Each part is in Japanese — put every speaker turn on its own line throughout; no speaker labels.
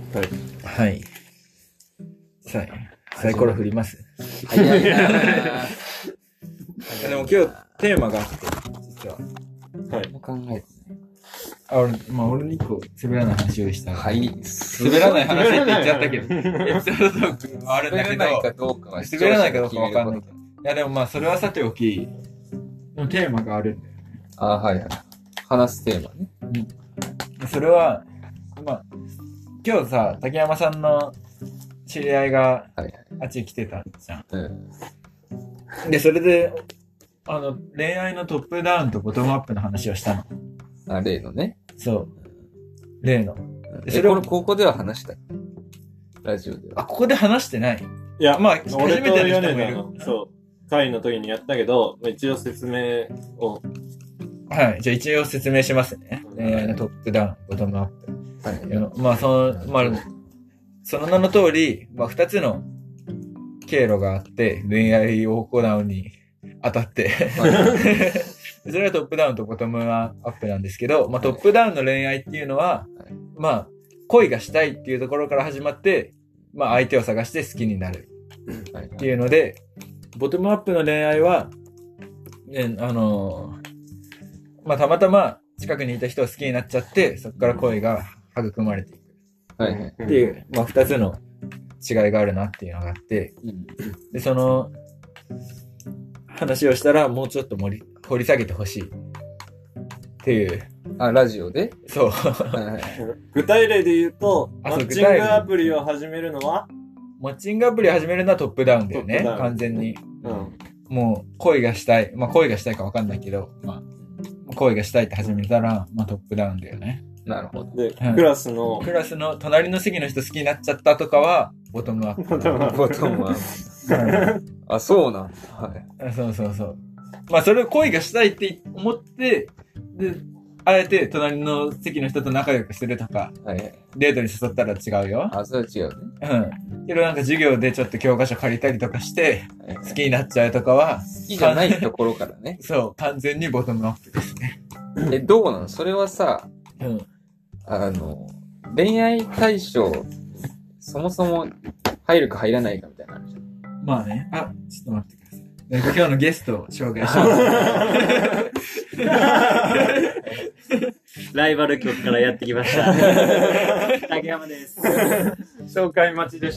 はい。
はい。サイコロ振ります。
早いな
でも今日テーマがあって、実は。
はい。
もう考えて
俺に1個滑らない話をした。
はい。
滑らない話って言っちゃったけど、エピソードトークもあるんだけど、
滑らないかどうかは
滑らないかどうかわかんないけど。いやでもまあそれはさておき、テーマがあるんだよね。
はいはい。話すテーマね。
それは、まあ、今日さ、竹山さんの知り合いがあっちに来てたじゃん。で、それで、恋愛のトップダウンとボトムアップの話をしたの。
例のね。
そう。例の。
それをここでは話したラジオでは。
ここで話してない。
いや、
まあ、
俺とヨネ
る
の、そう、会の時にやったけど、一応説明を。
はい。じゃあ一応説明しますね。恋愛のトップダウン、ボトムアップ。はい。まあ、その名の通り、まあ、二つの経路があって、恋愛を行うにあたって、それはトップダウンとボトムアップなんですけど、まあ、トップダウンの恋愛っていうのは、まあ、恋がしたいっていうところから始まって、まあ、相手を探して好きになるっていうので、ボトムアップの恋愛は、まあ、たまたま近くにいた人を好きになっちゃって、そこから恋が育まれていく。
はいはい。
っていう、まあ、二つの違いがあるなっていうのがあって、で、その話をしたらもうちょっと掘り下げてほしいっていう。
ラジオで
そう。
具体例で言うと、マッチングアプリを始めるのは
マッチングアプリを始めるのはトップダウンだよね。完全に。もう恋がしたい。まあ恋がしたいかわかんないけど、まあ恋がしたいって始めたら、まあトップダウンだよね。
なるほど。
で、クラスの
隣の席の人好きになっちゃったとかは、ボトムアップ。
ボトムアップ。そうなんだ。
はい。そう。まあそれを恋がしたいって思って、で、あえて隣の席の人と仲良くするとか、デートに誘ったら違うよ。
それは違うね。
けどなんか授業でちょっと教科書借りたりとかして、好きになっちゃうとかは、
好きじゃないところからね。
そう、完全にボトムアップですね。
どうなのそれはさ、恋愛対象、そもそも入るか入らないかみたいなのあるじゃん。
まあね。ちょっと待ってください。今日のゲストを紹介します。
ライバル局からやってきました。竹山です。紹介待ちでした。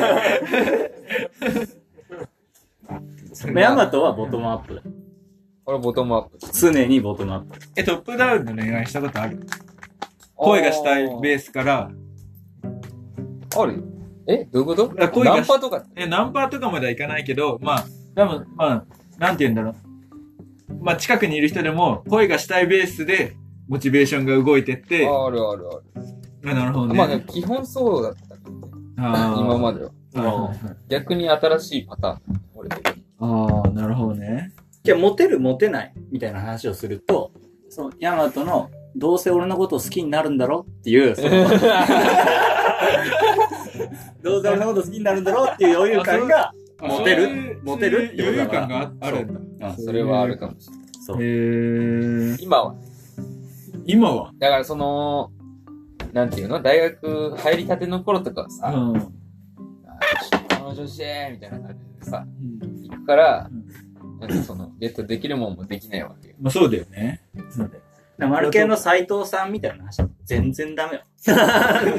ヤマトはボトムアップだ。
俺ボトムアップ。
常にボトムアップ。
トップダウンの恋愛したことある？恋がしたいベースから。
ある？どういうこと？ナンパとか？
ナンパとかまではいかないけど、まあ、多分、まあ、なんて言うんだろう。まあ、近くにいる人でも、恋がしたいベースで、モチベーションが動いてって。
ある。
なるほどね。
まあ、基本そうだったけどね。今までは。逆に新しいパターン。俺的に。
なるほどね。
じゃあ、モテるモテないみたいな話をすると、その、ヤマトの、どうせ俺のことを好きになるんだろっていう、どうせ俺のこと好きになるんだろっていう余裕感が、モテるってことだから。
余裕感があるんだ。
それはあるかもしれない。
そう。
今は
だからその、なんていうの大学入りたての頃とかはさ、彼女してみたいな感じでさ、行くから、なんかその、ゲットできるもんもできないわけよ。
まあそうだよね。
そうだよ。マルケンの斎藤さんみたいな話は全然ダメよ。
どう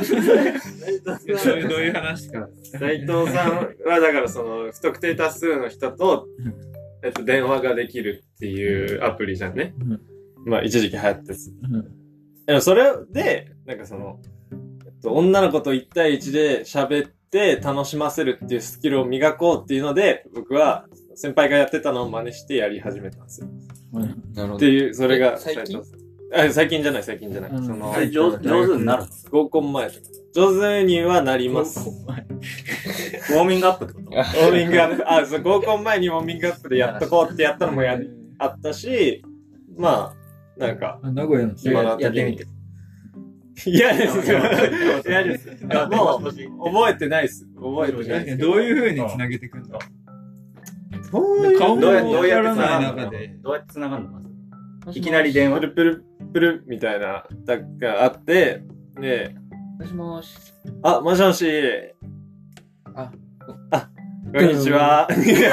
いう話か。
斉藤さんはだからその不特定多数の人と、電話ができるっていうアプリじゃんね。まあ一時期流行ってす。でもそれで、なんかその、女の子と1対1で喋って楽しませるっていうスキルを磨こうっていうので、僕は先輩がやってたのを真似してやり始めたんですよ。
なるほど。
っていう、それが
最近
最近じゃない。その、
上手になる
合コン前とか。上手にはなります。
ウォーミングアップってこと？
ウォーミングアップ。そう、合コン前にウォーミングアップでやっとこうってやったのもあったし、まあ、なんか、
名古屋の
暇な時に。嫌ですよ。嫌です。もう、覚えてないです。覚えてないです。
どういう風に繋げてくんだ？
顔
どうやって
繋がるの？どうやって繋がるの？まず。いきなり電話？
プルプルみたいな、があって、で、
もしもーし。
あ、もしもし。
あ、
こんにちは。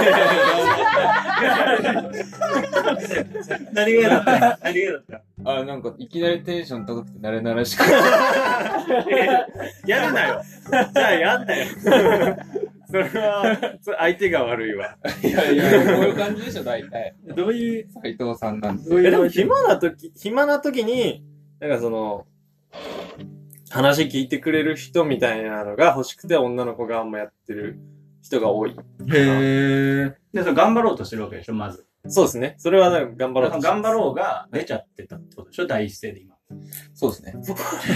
何がだった？何がだった？
あ、なんか、いきなりテンション高くて慣れ慣らしく。
やるなよ。じゃあやんなよ。それは、相手が悪いわ。
いやいや、こういう感じでしょ、大体。
どういう、
斉藤さんなんて。
でも暇な時に、なんかその、話聞いてくれる人みたいなのが欲しくて女の子があんまやってる人が多い。
へー。
で、それ頑張ろうとしてるわけでしょ、まず。
そうですね。それは頑張ろうとしてます。
頑張ろうが出ちゃってたってことでしょ、第一声で今。
そうですね。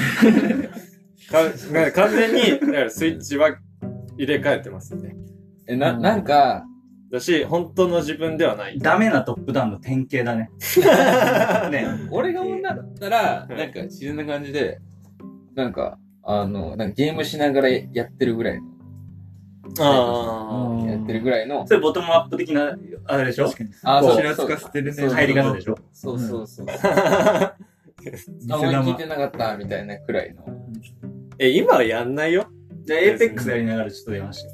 完全に、だからスイッチは入れ替えてますね。
なんか、
だし、本当の自分ではない。
ダメなトップダウンの典型だね。ね。
俺が女だったら、
うん
なんか自然な感じで、なんかゲームしながらやってるぐらいの。
あ
やってるぐらいの。
それボトムアップ的な、あれでしょ？
確かに。
あ、
ちらつかせてるね。
入り方でしょ？
そうそうそう。
あ。
あ、俺聞いてなかった、みたいなくらいの。
今はやんないよ。
じゃあ、エーペックスやりながらちょっと出ましたよ。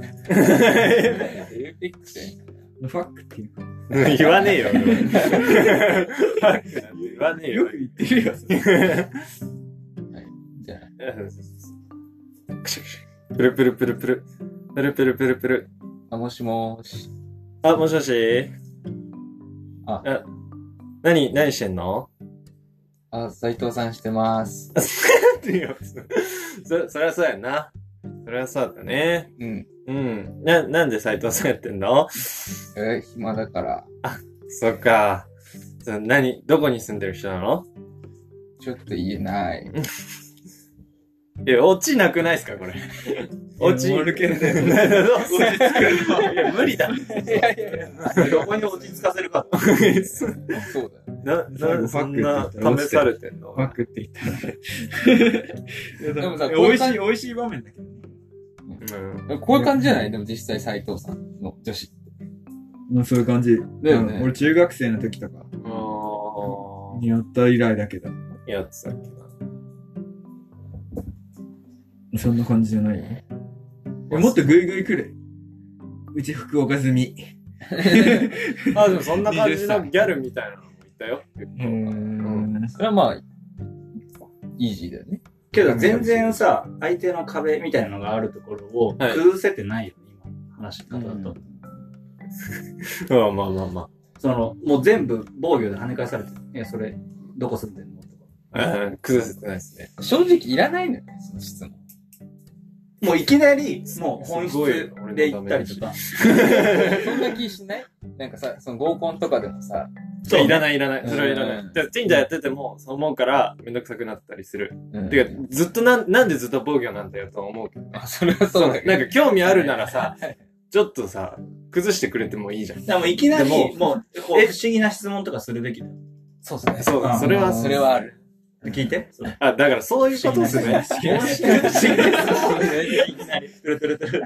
エーペックスやん。
ファックっていう。
言わねえよ。言わねえよ。
よく言ってるよ。
じゃ
プルプルプルプル。プルプルプルプル。
あ、もしもーし。
あ、もしもし。
あ、
何してんの？
あ、斉藤さんしてます。
そりゃそうやんな。そりゃそうだね。
うん。
うん。なんで斉藤さんやってんの？
暇だから。
そっか。どこに住んでる人なの？
ちょっと言えない。
オチなくないっすかこれ。オチ。
モルケンで。
いや、無理だ。
いやいやいや。
どこに落ち着かせるか。
そうだよ。
そんな試されてんの？
ファックって言ったら。
でもさ
美味しい場面だけどね。
こういう感じじゃない？でも実際斉藤さんの女子。
まあそういう感じ。
だよね。
俺中学生の時とかにやった以来だけど。
やってたっけな。
そんな感じじゃないよ。もっとグイグイ来る。うち福岡済み。
あ、でもそんな感じのギャルみたいなのもいたよ。
それはまあ、イージーだよね。
けど全然さ、相手の壁みたいなのがあるところを崩せてないよね、今。話し方だと。
まあ。
もう全部防御で跳ね返されてる。それ、どこ住んでんのとか。
崩せてないですね。
正直いらないのよ、その質問。
もういきなり、もう本質で行ったりとか。
そんな気しない？なんかさ、その合コンとかでもさ、
いらない。それはいらない。Tinder やってても、そう思うから、めんどくさくなったりする。てか、ずっとなんでずっと防御なんだよと思うけどね。
あ、それはそうだけど。
なんか興味あるならさ、ちょっとさ、崩してくれてもいいじゃん。
でもいきなり、
で
もう、不思議な質問とかするべきだよ。
そうですね。
そうだ、それは
ある。
聞いて。
あ、だからそういうことですね。
いきなり、トゥルトゥルトゥル。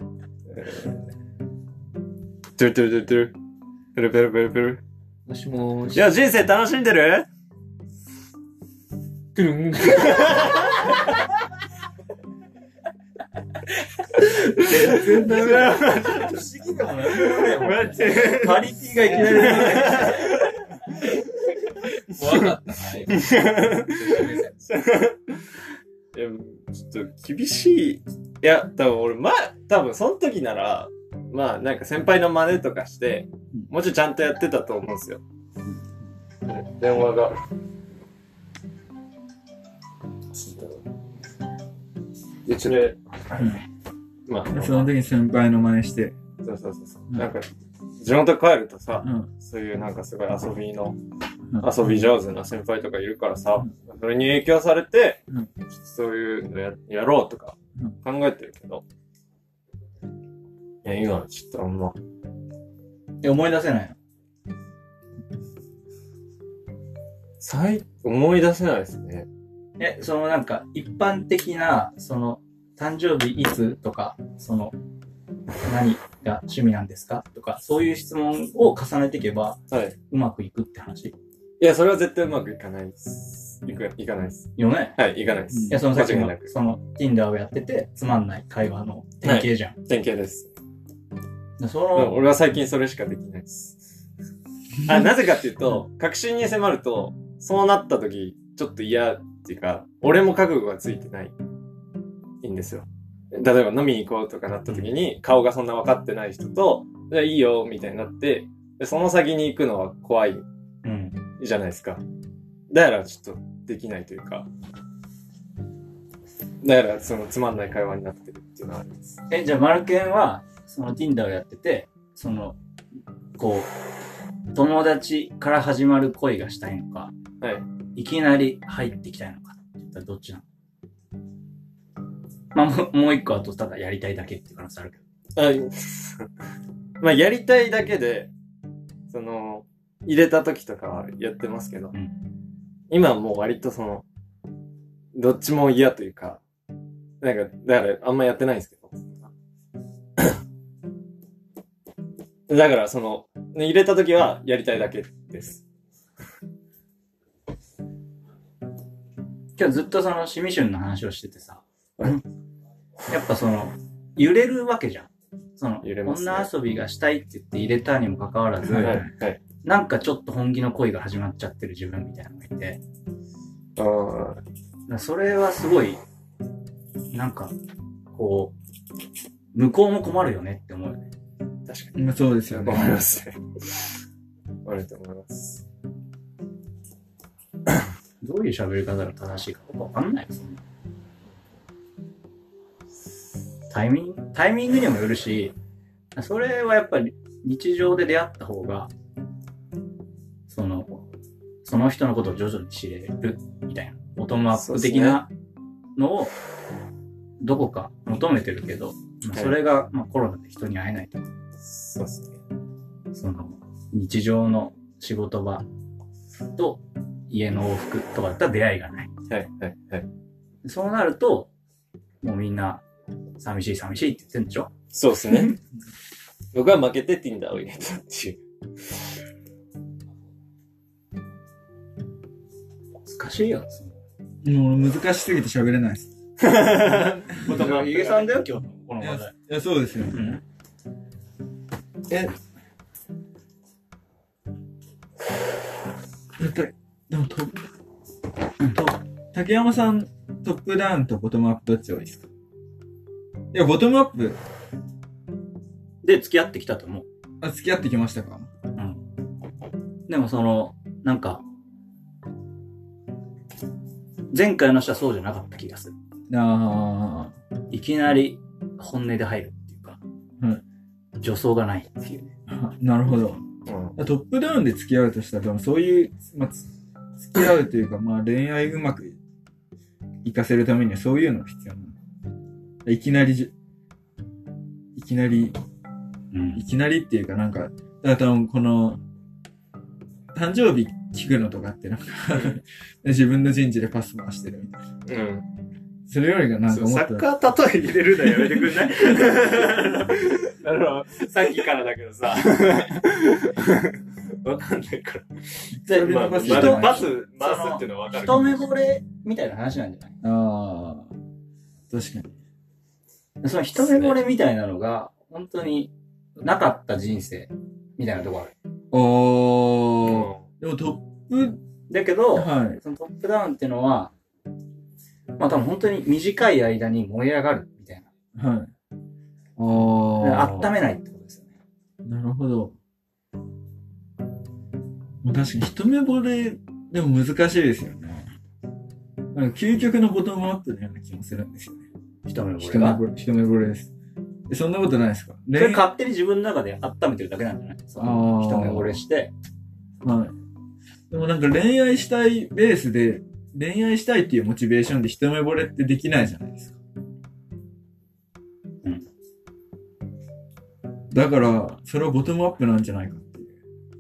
トゥルトゥルトゥルトゥル。プルプルプルプル。
もしもーし。
いや、人生楽しんでる？
トゥルン。
全然ダメだ。不思議でもなんでもないよ。パリピがいきなり。
怖かったな。
いや、ちょっと厳しい。いや、多分その時なら、まあなんか先輩の真似とかして、もうちょいちゃんとやってたと思うんですよ。電話が。で、それ、まあ、
その時に先輩の真似して。
そう。なんか、地元帰るとさ、そういうなんかすごい遊び上手な先輩とかいるからさ、それに影響されて、そういうのやろうとか考えてるけど、いや、今はちょっとあんま。
思い出せないの？
思い出せないですね。
なんか、一般的な、誕生日いつとか、何が趣味なんですかとか、そういう質問を重ねていけば、
はい。
うまくいくって話。
いや、それは絶対うまくいかないです。 。行かないです。
よね。
はい、行かないです。
いや、そのさっきの
間違いなく、
その Tinder をやってて、つまんない会話の典型じゃん。
典型です。
その、
俺は最近それしかできないです。なぜかっていうと、確信に迫ると、そうなった時、ちょっと嫌っていうか、俺も覚悟がついてないんですよ。例えば飲みに行こうとかなった時に、顔がそんな分かってない人と、じゃあいいよ、みたいになって、でその先に行くのは怖いじゃないですか。だからちょっとできないというか、だからそのつまんない会話になってるっていうのはあります。
じゃあマルケンは、その Tinder をやってて、その、こう、友達から始まる恋がしたいのか、
はい。
いきなり入っていきたいのかって言ったらどっちなの？まあ、もう一個あと、ただやりたいだけっていう可能性あるけど。
まあ、やりたいだけで、その、入れた時とかはやってますけど、今はもう割とその、どっちも嫌というか、なんか、だからあんまやってないんですけど。だからその、入れた時はやりたいだけです。
今日ずっとその、シミシュンの話をしててさ、やっぱその、揺れるわけじゃん。その、女遊びがしたいって言って入れたにもかかわらず、なんかちょっと本気の恋が始まっちゃってる自分みたいなのがいて、それはすごい、なんか、こう、向こうも困るよねって思うよね。
確かに。
そうですよね。
思いますね。あると思います。
どういう喋り方が正しいかわかんないですね。タイミングにもよるし、それはやっぱり日常で出会った方が、その人のことを徐々に知れるみたいな、ボトムアップ的なのをどこか求めてるけど、それが、まあ、コロナで人に会えないとか、
そうですね。
その日常の仕事場と家の往復とかだったら出会いがない。
はいはいはい。
そうなると、もうみんな寂しい寂しいって言ってるんでしょ？
そうですね。僕は負けて Tinder を入れたっていう。
難しいよ。
もう難しすぎて喋れないです。
ヒゲさんだよ、今日のこの話題。
いや、そうですよ。でも竹山さん、トップダウンとボトムアップどっちがいいですか？いや、ボトムアップ
で付き合ってきたと思う。
付き合ってきましたか？
でもその、なんか、前回の人はそうじゃなかった気がする。いきなり本音で入るっていうか、助走がないっていうね。
なるほど。トップダウンで付き合うとしたら、そういう、付き合うというか、恋愛うまくいかせるためにはそういうのが必要なの。いきなりっていうかなんか、だから多分この、誕生日聞くのとかってなんか自分の人事でパス回してるみたいな。それよりがなんかもっと。
サッカー例え入れるのやめてくんないさっきからだけどさ。わかんないから。バス回すっていうのはわかる。
一目惚れみたいな話なんじゃない？
確か
に。その一目惚れみたいなのが、本当になかった人生みたいなとこある。
でもトップ、
だけど、そのトップダウンっていうのは、多分本当に短い間に燃え上がるみたいな。温めないってことですよね。
なるほど。確かに一目惚れでも難しいですよね。なんか究極のボトムアップのような気もするんですよね。
一目惚れが
一目惚れです。そんなことないですか？
それ勝手に自分の中で温めてるだけなんじゃない？一目惚れして。
でもなんか恋愛したいベースで、恋愛したいっていうモチベーションで一目惚れってできないじゃないですか。だから、それはボトムアップなんじゃないかっていう。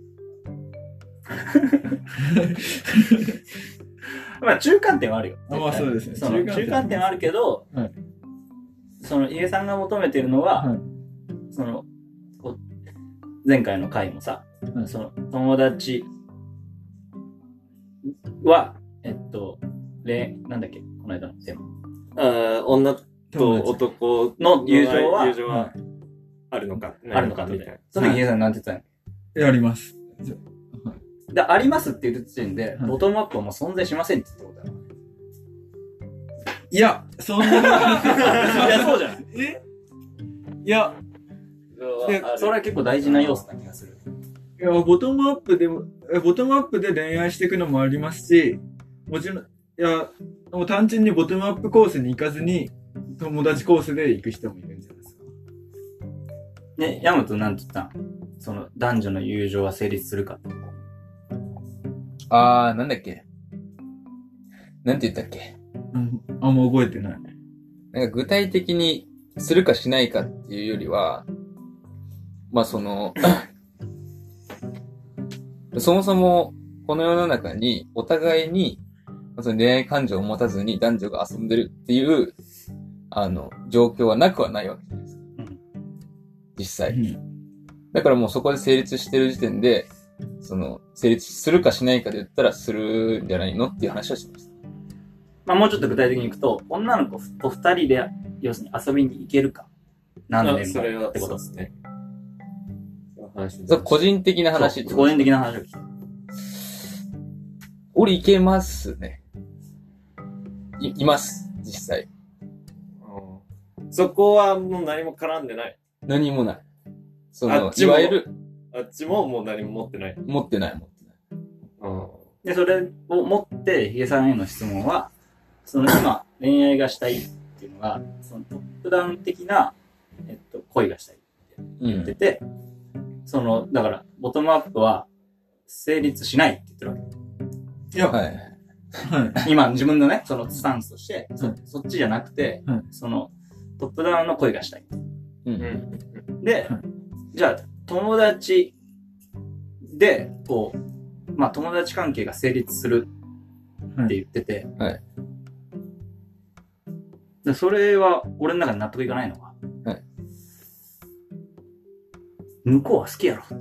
中間点はあるよ。
そうですね。
中間点はあるけど、その、家さんが求めてるのは、その、前回の回もさ、その、友達は、 なんだっけ、この間のテーマ。
女と男
の友情
はあるのか、
あるのかみたいな。そ
の
の時、ヒゲさんなんて言ってたの？
あります。
で、ありますって言った時点で、ボトムアップはもう存在しませんって言ったことだよ。
いや、そんな。い
や、そうじゃない。
いや、
それは結構大事な要素な気がする。
いや、ボトムアップで恋愛していくのもありますし、もちろん、いや、もう単純にボトムアップコースに行かずに、友達コースで行く人もいるんじゃないですか。
ね、ヤマトなんて言ったん？その、男女の友情は成立するかって。
なんだっけ。なんて言ったっけ。
あんま覚えてない。
なんか具体的にするかしないかっていうよりは、まあその、そもそもこの世の中にお互いにその恋愛感情を持たずに男女が遊んでるっていう、状況はなくはないわけじゃないですか。実際。だからもうそこで成立してる時点で、成立するかしないかで言ったらするんじゃないのっていう話をしました。
まあもうちょっと具体的にいくと、女の子と二人で、要するに遊びに行けるか。何年もってことですね。
そう、個人的な話ってこと。
個人的な話を聞いた。
俺行けますね。います、実際。
そこはもう何も絡んでない。
何もない。いわゆる。
あっちももう何も持ってない。
持ってない。
で、それを持って、ヒゲさんへの質問は、今、恋愛がしたいっていうのが、そのトップダウン的な、恋がしたいって言ってて、だから、ボトムアップは成立しないって言ってるわけ。
いや、
はい。
今、自分のね、そのスタンスとして、そっちじゃなくて、トップダウンの恋がしたい。で、じゃあ、友達で、まあ、友達関係が成立するって言ってて、でそれは、俺の中で納得いかないのが、向こうは好きやろ。そう、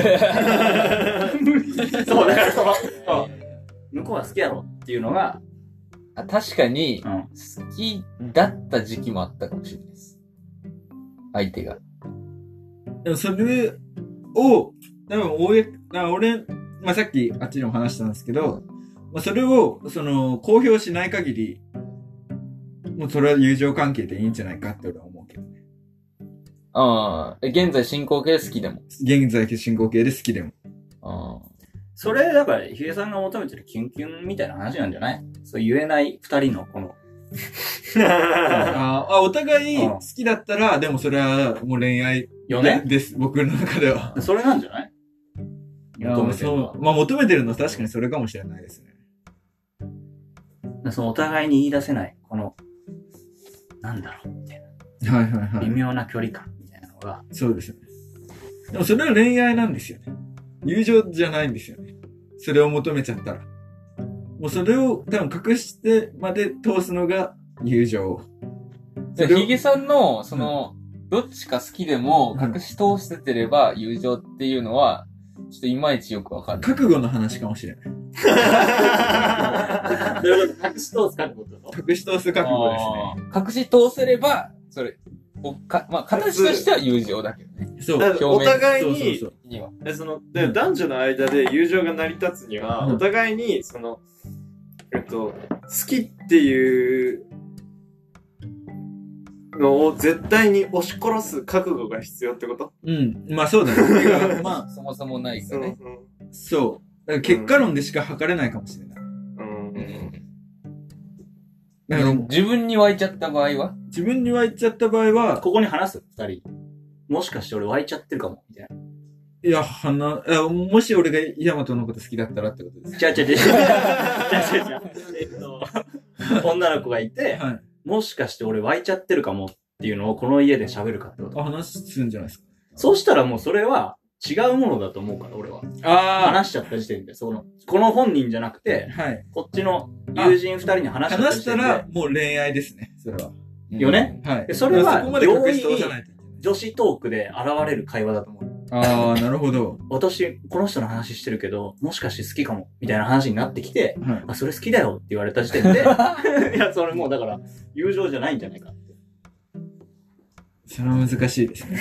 だから向こうは好きやろっていうのが、
確かに、好きだった時期もあったかもしれないです。相手が。
でもそれを、多分俺、まあ、さっきあっちでも話したんですけど、まあ、それを、公表しない限り、もうそれは友情関係でいいんじゃないかって俺は思うけどね。
現在進行形で好きでも。
現在進行形で好きでも。
それ、だから、ヒゲさんが求めてるキュンキュンみたいな話なんじゃない？そう言えない二人のこの。
お互い好きだったら、でもそれはもう恋愛
よね
です。僕の中では。
それなんじゃない？
求めてるのは。まあ求めてるのは確かにそれかもしれないですね。
お互いに言い出せない、この、なんだろうみたいな。微妙な距離感みたいなのが。
そうですよね。でもそれは恋愛なんですよね。友情じゃないんですよね。それを求めちゃったら。もうそれを多分隠してまで通すのが友情。
ヒゲさんの、どっちか好きでも隠し通しててれば友情っていうのは、ちょっといまいちよくわかんない。
覚悟の話かもしれない。
どういうこと？隠し通す覚悟ってこと？
隠し通す覚悟ですね。
隠し通せれば、まあ、形としては友情だけどね。
そう。
お互いに、
そう
男女の間で友情が成り立つには、お互いに、好きっていうのを絶対に押し殺す覚悟が必要ってこと？
まあそうだね。
まあ、そもそもないからね。
そう。だから結果論でしか測れないかもしれない。
だから自分に湧いちゃった場合は？
自分に湧いちゃった場合は、
ここに話す二人。もしかして俺湧いちゃってるかもみたいな。
いや、もし俺がヤマトのこと好きだったらってことです。
違う。女の子がいて、もしかして俺湧いちゃってるかもっていうのをこの家で喋るかってこと。
話すんじゃないですか。
そうしたらもうそれは違うものだと思うから、俺は。話しちゃった時点で、この本人じゃなくて、こっちの友人二人に話しちゃった時点で。
話したらもう恋愛ですね、それは。
よね？
はい。
それは、
そこまで隠し通さないと。
女子トークで現れる会話だと思う。
ああ、なるほど。
私、この人の話してるけど、もしかして好きかも、みたいな話になってきて、
はい。
あ、それ好きだよって言われた時点で、いや、それもうだから、友情じゃないんじゃないかって。
それは難しいですね。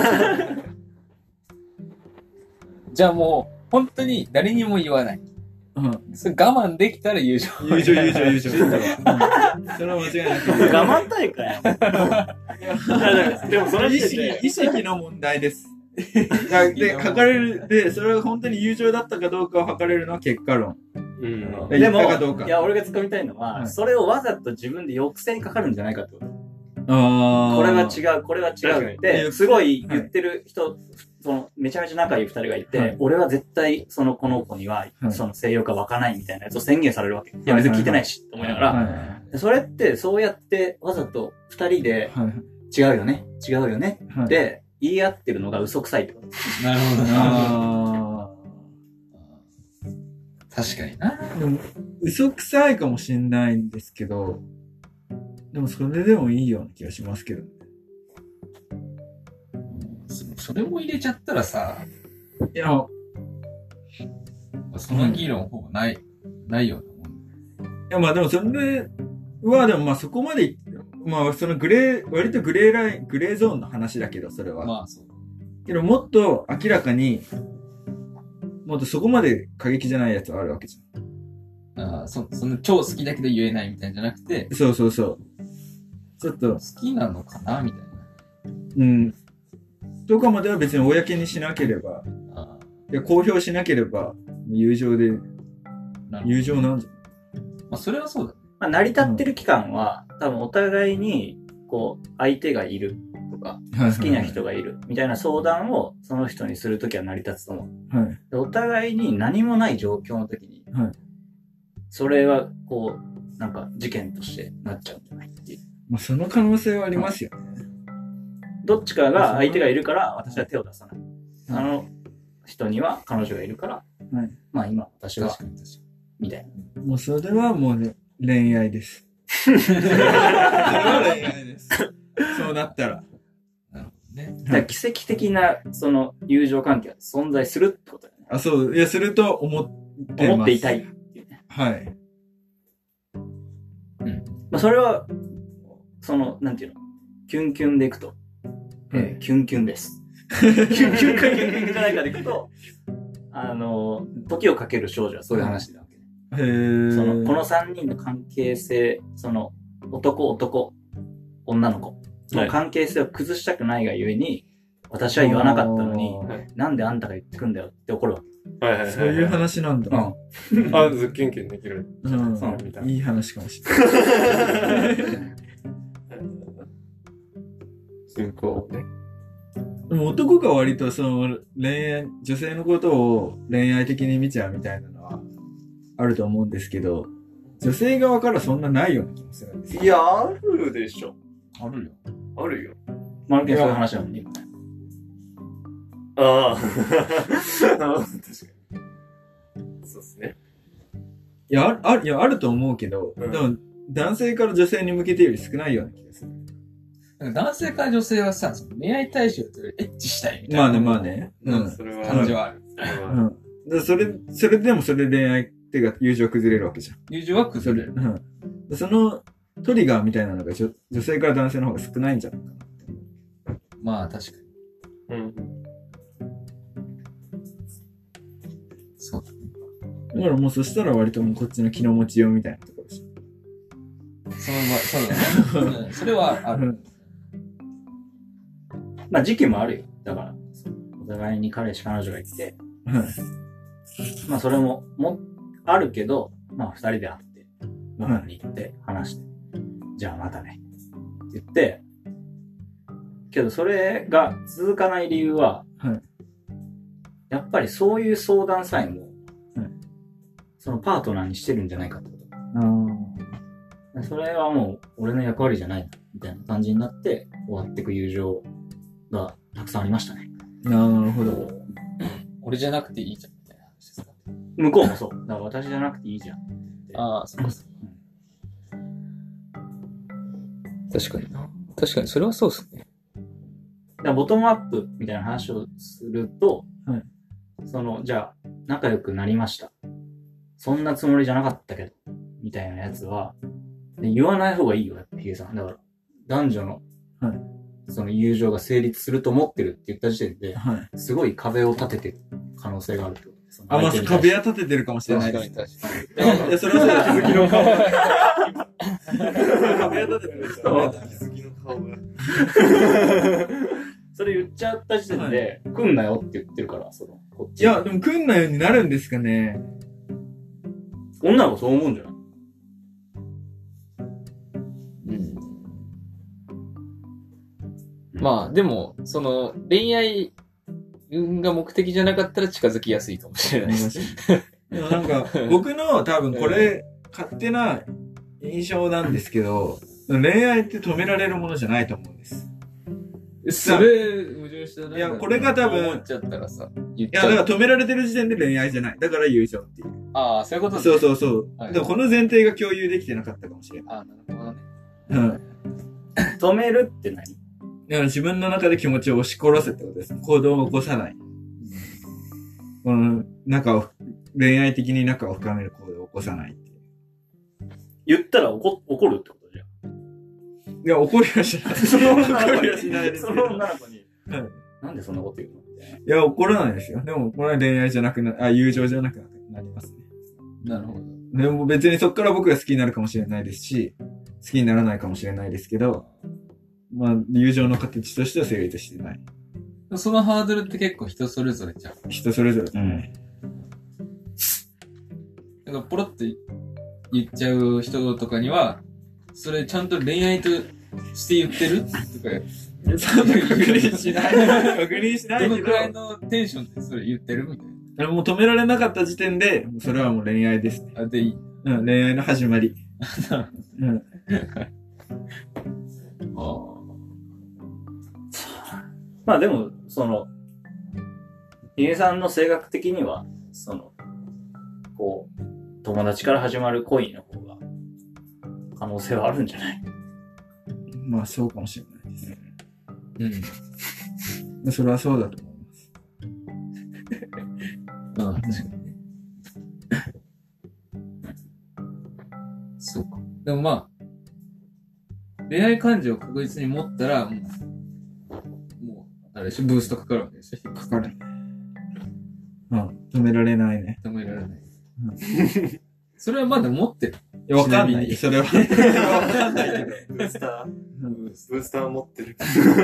じゃあもう、本当に誰にも言わない。
うん。
それ我慢できたら友情。
友情。うんそれは間違いなくて。
我慢大会やん。でもその
意
時点で、
識の問題です。で、書かれる、で、それが本当に友情だったかどうかを測れるのは結果論。
うん。
でも、
言ったかどうか
いや、俺が突っ込みたいのは、
はい
それをわざと自分で抑制にかかるんじゃないかってこと。
ああ。
これは違う、これは違うっ
確か
て、
に
すごい言ってる人、その、めちゃめちゃ仲いい二人がいて、
はい
俺は絶対、その子の子には、
はい
その性欲が湧かないみたいなやつを宣言されるわけ。いや、別に聞いてないし、と思いながら、
はい。
それって、そうやって、わざと二人で、
はい。
違うよね、違うよね、
はい。
で、言い合ってるのが嘘くさいってこと。
なるほどな。
あ
確かにな。
あ。でも、嘘くさいかもしれないんですけど、でもそれでもいいような気がしますけど。
それも入れちゃったらさ、
いや、
その議論ほぼないようなもん。
いやまあでもそれは、でもまあそこまで、まあその割とグレーゾーンの話だけど、それは。
まあそう。
けどもっと明らかに、もっとそこまで過激じゃないやつはあるわけじ
その超好きだけど言えないみたいなんじゃなくて、
ゃん。そう。ちょっと、
好きなのかなみたい
うん。とかまでは別に公にしなければ、
な。
いや公表しなければ、友情で、友情なんじ
まあそれはそうだね。
まあ、成り立ってる期間は、多分お互いに、こう、相手がいるとか、
ゃん。
好きな人がいるみたいな相談をその人にするときは成り立つと思う。
はい。
でお互いに何もない状況の時に、
はい
それはこう、なんか事件としてなっちゃうんじゃないっていう。
まあその可能性はありますよね。
どっちかが相手がいるから私は手を出さない。あの人には彼女がいるから、
はい
まあ今私は
確、かに。
みたいな。
もうそれはもうね、恋愛です。それは恋愛です。そうなったら。
なるほどね。
だから奇跡的な、その友情関係は存在するってことだよね。
あ、そう。いや、すると思ってます。
思っていたいっていうね。
はい。
まあそれは、その、なんていうの、キュンキュンでいくと、キュンキュンです。キュンキュンかキュンキュンじゃないかでいくと、時をかける少女はそういう話なわけね。
へー。
その、この3人の関係性、その、男、女の子の関係性を崩したくないがゆえに、私は言わなかったのに、なんであんたが言ってくんだよって怒るわけ。
そういう話なんだ。
あ、ズッキュンキュンできる。
うん
そうみたいな。
いい話かもしれない。
進行ね。
でも男が割とその恋愛、女性のことを恋愛的に見ちゃうみたいなのはあると思うんですけど、女性側からそんなないような気もするんですよ。
いや、あるでしょ。
あるよ。
あるよ。
マルケンそういう話なのに。
ああ。確かに。そうですね。
いや、あると思うけど、
うん
でも男性から女性に向けてより少ないような気がする。
なんか男性から女性はさ、その恋愛対象というよりエッチしたいみたいな。
まあね。うん。
それは。
感情はある。
それは
うん。でそれでもそれ恋愛っていうか友情崩れるわけじゃん。
友情は崩れる。
うん。でそのトリガーみたいなのが女性から男性の方が少ないんじゃないかな。
まあ確かに。
うん。
そうだね。
だからもうそしたら割ともうこっちの気の持ちようみたいなところでしょ。
そうだね。うんそれはある。
まあ時期もあるよ。だから、お互いに彼氏彼女がいて、
はい。
まあそれも、あるけど、まあ二人で会って、ご飯に行って話して、じゃあまたね。って言って、けどそれが続かない理由は、
はい。
やっぱりそういう相談さえも、
はい
そのパートナーにしてるんじゃないかってこ
あ
と。それはもう俺の役割じゃないみたいな感じになって終わっていく友情がたくさんありましたね。
なるほど。
俺じゃなくていいじゃん、みたいな話ですか。
向こうもそう。だから私じゃなくていいじゃん。
ああ、そうかそうか。確かにな。確かに、それはそうっすね。
らボトムアップみたいな話をすると、
はい、
じゃあ、仲良くなりました。そんなつもりじゃなかったけど、みたいなやつは、言わない方がいいよ、やっぱヒゲさん。だから、男女の、
はい、
その友情が成立すると思ってるって言った時点で、
はい、
すごい壁を立ててる可能性があるってことです。
まあ、壁は立ててるかもしれないです。
確かに。
いや、それはそうだ、気づきの顔。壁は立ててるでしょ。
気づきの顔が。
それ言っちゃった時点で、来んなよって言ってるから、こっち。
いや、でも来んなようになるんですかね。
女の子そう思うんじゃない？
まあ、でも、恋愛が目的じゃなかったら近づきやすいかもしれないです。
でもなんか、僕の多分これ、勝手な印象なんですけど、恋愛って止められるものじゃないと思うんです。
それ、矛盾したね。
いや、これが多分、
思っちゃったらさ、
いや、だから止められてる時点で恋愛じゃない。だから友情っていう。
ああ、そういうことね。
そうそうそう。
はい、
でもこの前提が共有できてなかったかもしれない。
ああ、なるほどね。
うん。
止めるって何？
だから自分の中で気持ちを押し殺せってことです。行動を起こさない。この恋愛的に仲を深める行動を起こさないっていう。
言ったら怒るってことじゃん。
いや、怒りはしない。
その女の子
怒りはしないですけど。
その女の子に。
はい。
なんでそんなこと言うの？
いや、怒らないですよ。でも、これは恋愛じゃなく友情じゃなくなりますね。
なるほど。
でも別にそっから僕が好きになるかもしれないですし、好きにならないかもしれないですけど、まあ、友情の形としては成立してない。
そのハードルって結構人それぞれじゃん。
人それぞれだね。
なんかポロって言っちゃう人とかには、それちゃんと恋愛として言ってるとか、
そんな確認しない。確認しないけど。
どのくらいのテンションでそれ言ってるみたいな。
もう止められなかった時点で、それはもう恋愛ですね。
あ、でいい。
うん、恋愛の始まり。うん。
まあでも、ヒゲさんの性格的には、友達から始まる恋の方が、可能性はあるんじゃない？
まあそうかもしれないですね。
うん。
それはそうだと思います。
ああ、確かにね。そうか。でもまあ、恋愛感情を確実に持ったら、もう、あれでしょ、ブーストかかるわけでしょ。
かかる。うん、止められないね。
止められない。それはまだ持ってる。
いや、わかんない。それは。わかんないけど。
ブースター持ってる。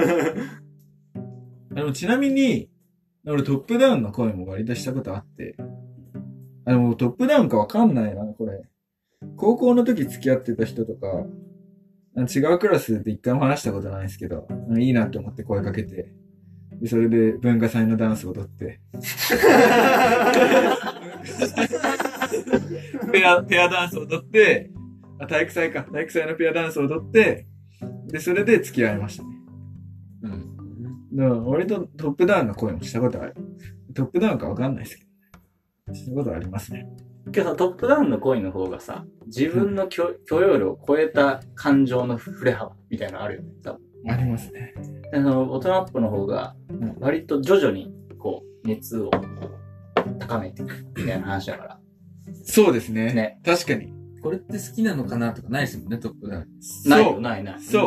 でもちなみに、俺トップダウンの恋も割としたことあって、でもトップダウンかわかんないな、これ。高校の時付き合ってた人とか、違うクラスで一回も話したことないんですけど、いいなって思って声かけて、でそれで文化祭のダンスを踊って、ペアダンスを踊って、体育祭のペアダンスを踊って、で、それで付き合いましたね。
うん。
だから俺とトップダウンの恋もしたことある。トップダウンかわかんないですけどね。したことありますね。
けどトップダウンの恋の方がさ、自分の許容量を超えた感情の振れ幅みたいなのあるよね、多分。
ありますね。
ボトムアップの方が、割と徐々に、熱を高めていくみたいな話だから。
そうですね。
ね。
確かに。
これって好きなのかなとかないですもんね、トップダウン。
ないよ、ない。
そう。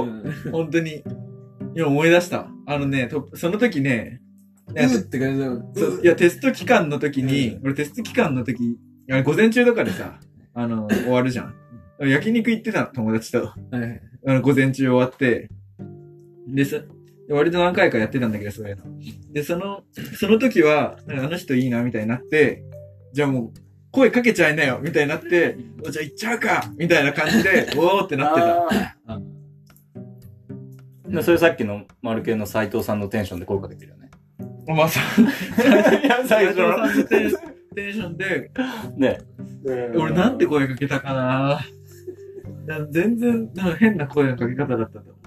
本当に。今思い出した。その時ね、
って感じだ。
いや、テスト期間の時に、俺テスト期間の時、午前中とかでさ、終わるじゃん。焼肉行ってたの、友達と。午前中終わって、で、割と何回かやってたんだけど、そういうの。で、その時は、あの人いいな、みたいになって、じゃあもう、声かけちゃいなよ、みたいになって、じゃあ行っちゃうかみたいな感じで、おーってなって
た。それさっきのマルケンの斉藤さんのテンションで声かけてるよね。
まあ、最初のテンションで、
ね。
俺なんて声かけたかな全然、変な声のかけ方だったと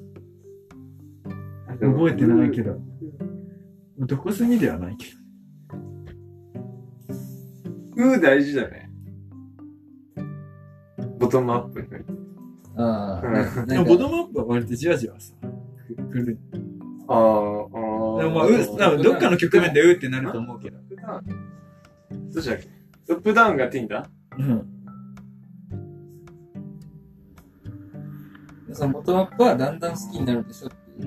思う。覚えてないけど。どこすぎではないけど。
大事だね。ボトムアップにおいて。
ああ。
でもボトムアップは割とじわじわさ、来る。
ああ、
でもまあ、多分どっかの局面でってなると思うけど。
どうしたっけ？トップダウンが Tinder？
うん。
そのボトムアップはだんだん好きになるでしょっていう。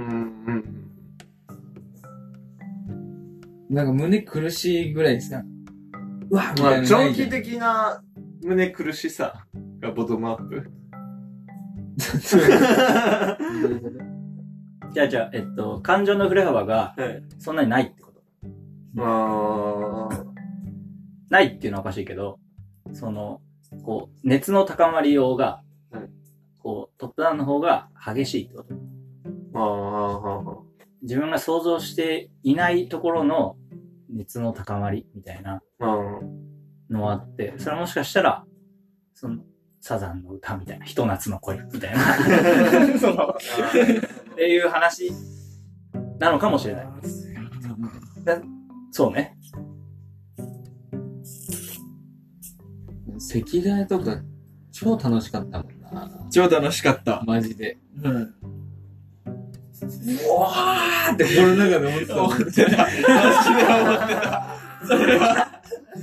なんか胸苦しいぐらいさ、うわ
まあ、長期的な胸苦しさがボトムアップ。
じゃあ、感情の振れ幅が、そんなにないってこと。ないっていうのはおかしいけど、こう、熱の高まりようが、こう、トップダウンの方が激しいってこと。自分が想像していないところの熱の高まりみたいなのがあって、それはもしかしたら、サザンの歌みたいな、ひと夏の恋みたいな、っていう話なのかもしれない。そうね。
席替えとか超楽しかったもんな。
超楽しかった。
マジで。
うん。うわーって心の中で思ってた。思ってた。マジで思ってた。それは。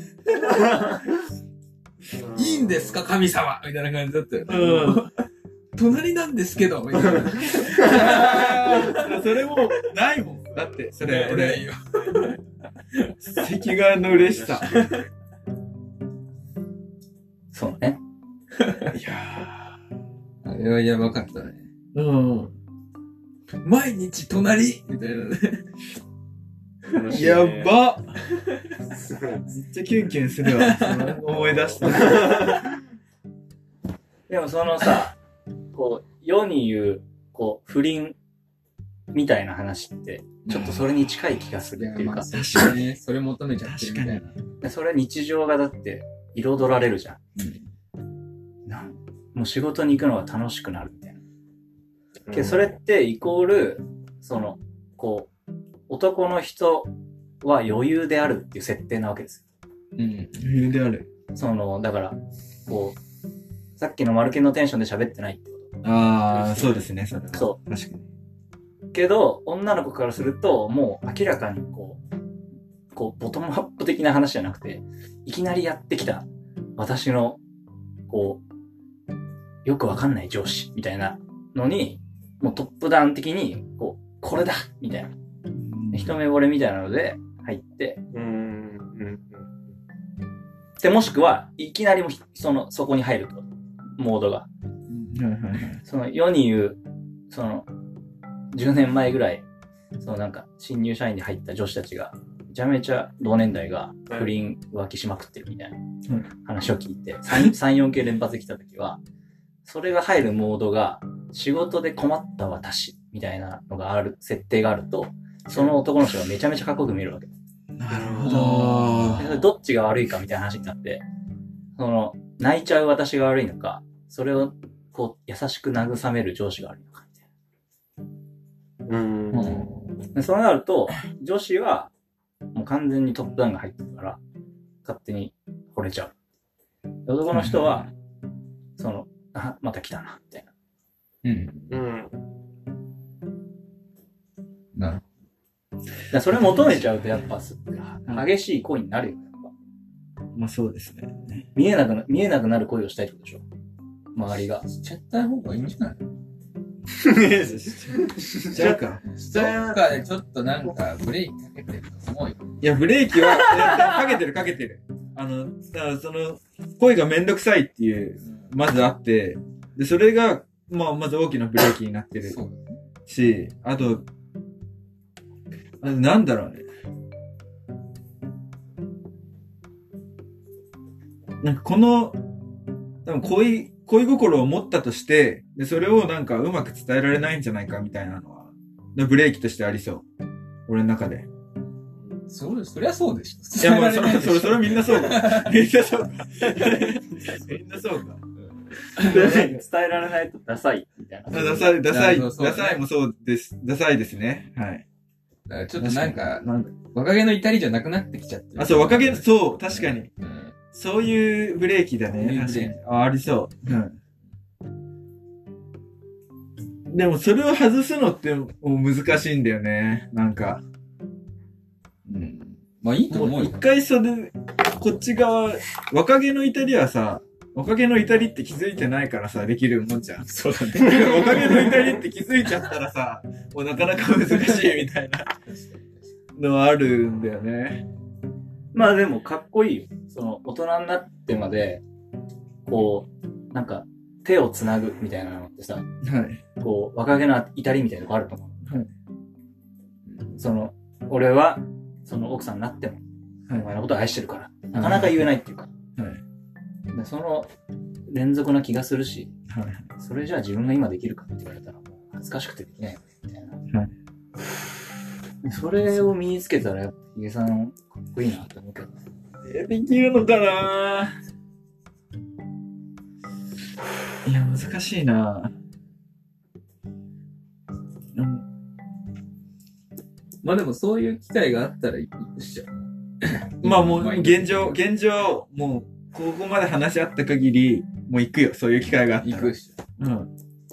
いいんですか神様みたいな感じだったよ。うん。隣なんですけど、みたいな。
それもないもん。だって、それ、俺、席替えの嬉しさ。
そうね。
いや
ー。あれはやばかったね。
うん。
毎日隣みたいなね。
やばっ。めっちゃキュンキュンするわ。思い出した。
でもさ、こう、世に言う、こう、不倫みたいな話って、ちょっとそれに近い気がするっていうか。
確かにね、それ求めちゃってるみたい
な。それ日常がだって彩られるじゃん。もう仕事に行くのが楽しくなるみたいな。それってイコール、こう、男の人は余裕であるっていう設定なわけです
よ。余裕である。
だから、こう、さっきのマルケンのテンションで喋ってないってこと。
ああ、そうですね、それは。
そう。
確かに。
けど、女の子からすると、もう明らかにこう、ボトムアップ的な話じゃなくて、いきなりやってきた、私の、こう、よくわかんない上司みたいなのに、もうトップダウン的に、こう、これだみたいな。一目惚れみたいなので入って、で、もしくは、いきなりもそこに入ると。モードが。世に言う、10年前ぐらい、新入社員で入った女子たちが、めちゃめちゃ同年代が不倫浮気しまくってるみたいな話を聞いて、3、4系連発できたときは、それが入るモードが、仕事で困った私、みたいなのがある、設定があると、その男の人がめちゃめちゃかっこよく見えるわけ。
なるほど。
どっちが悪いかみたいな話になって、泣いちゃう私が悪いのか、それを、こう、優しく慰める上司が悪いのか、みたいな。そうなると、女子は、もう完全にトップダウンが入ってるから、勝手に惚れちゃう。男の人は、また来たな、みたいな。
なる
ほど。それ求めちゃうとやっぱ、激しい恋になるよ、やっぱ。
まあそうですね。
見えなくなる恋をしたいってことでしょ。周りが。
しちゃった方がいいんじゃない
しちゃうか。
どっかでちょっとなんかブレーキかけてると思うよ。
いや、ブレーキは、かけてる。恋がめんどくさいっていう、まずあって、で、それが、まず大きなブレーキになってるし、あと、なんだろうね。なんか多分恋心を持ったとして、で、それをなんかうまく伝えられないんじゃないかみたいなのは、ブレーキとしてありそう。俺の中で。
そりゃそうでしょ。
いや、まあ、それはみんなそうか。みんなそうか。みんなそうか。
伝えられないとダサいみたいな。
ダサいもそうです。ダサいですね。はい。
だからちょっとなんか、若気の至りじゃなくなってきちゃってる。
そう、そう、確かに。そういうブレーキだね。確かに。ありそう。 でもそれを外すのってもう難しいんだよね。なんか。
うん。まあいいと思うよ。
一回それ、こっち側、若気の至りはさ、若気の至りって気づいてないからさ、できるもんじゃん。そうだね。若気の至りって気づいちゃったらさ、もうなかなか難しいみたいなのはあるんだよね。
まあでもかっこいいよ。その、大人になってまで、こう、なんか、手をつなぐみたいなのってさ、
はい。
こう、若気の至りみたいなのがあると思う。
はい。
その、俺は、その奥さんになっても、
はい
お前のことを愛してるから。なかなか言えないっていうか。
はい。
でその、連続な気がするし、
はい。
それじゃあ自分が今できるかって言われたら、もう恥ずかしくてできないよね、みたいな。
はい。
それを身につけたら、やっぱ、ヒゲさん、かっこいいなって思うけどね。
できるのかないや、難しいな
まあでもそういう機会があったら行くっしょ。
まあもう、現状、もう、ここまで話し合った限り、もう行くよ、そういう機会があったら。
行くっしょ。
うん。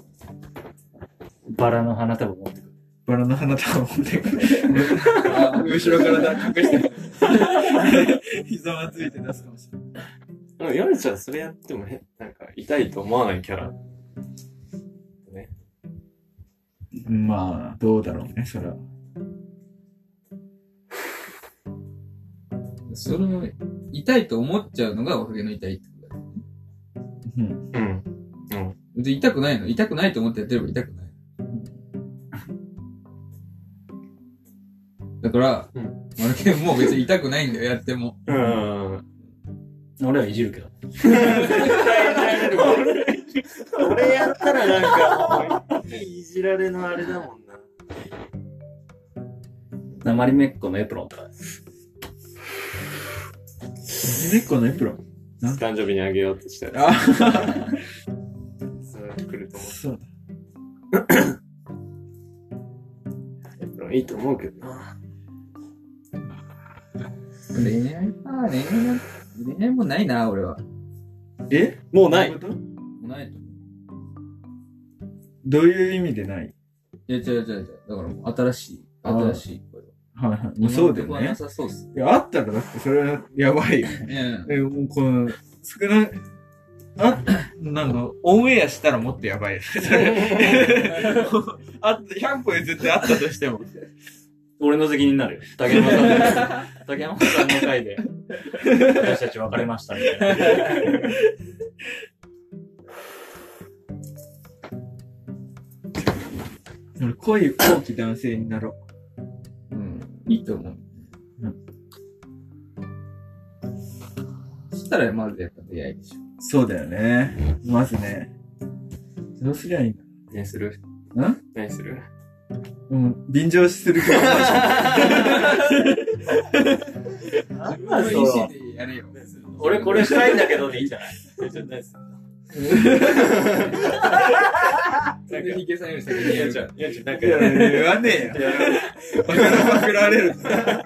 バラの花束持ってくる。
バラの花束を持ってくる。後ろから隠して、膝まついて出すかもしれない。
でも、ヨネちゃんそれやってもなんか痛いと思わないキャラ。ね。
まあ、どうだろうね、それは。
それを痛いと思っちゃうのが若気の痛いってことだよね。
うん。
うん。
で、痛くないの？痛くないと思ってやってれば痛くない。だから、マルケンも別に痛くないんだよ、やっても。
俺はいじるけど。
俺やったらなんか、いじられのあれだもんな。
鉛めっこのエプロンとか。
猫のエプロン。
誕生日にあげようとしたら。
あ
そう来ると思う。
そう。
エプロンいいと思うけどな。
恋愛もないな、俺は。
え
もうない。
もうないと思う。
どういう意味でない？
いや、違う。だからもう新しい声
はいはい。もうそうだよね
今のとこはな。さそうっす。
いや、あったらだってそれはやばいよ。もうこの、少な、なんか、オンエアしたらもっとやばいよ。それあと100個絶対あったとしても。
俺の責任になるよ。竹山さんの回で、私たち別れましたみたいな。
俺、恋大き男性になろう。
うん。いいと思う。そしたらまずやっぱ出会いでしょ。
そうだよね。まずね。どうすりゃいいんだ。
何する何する
便乗する気はない。
なんだそう。
でやれよ。
俺これしたいんだけどでいいんじゃない？
じゃあ何する
全然ヒゲさんより先にやるから。
なんか
言わねえよ。パクられる。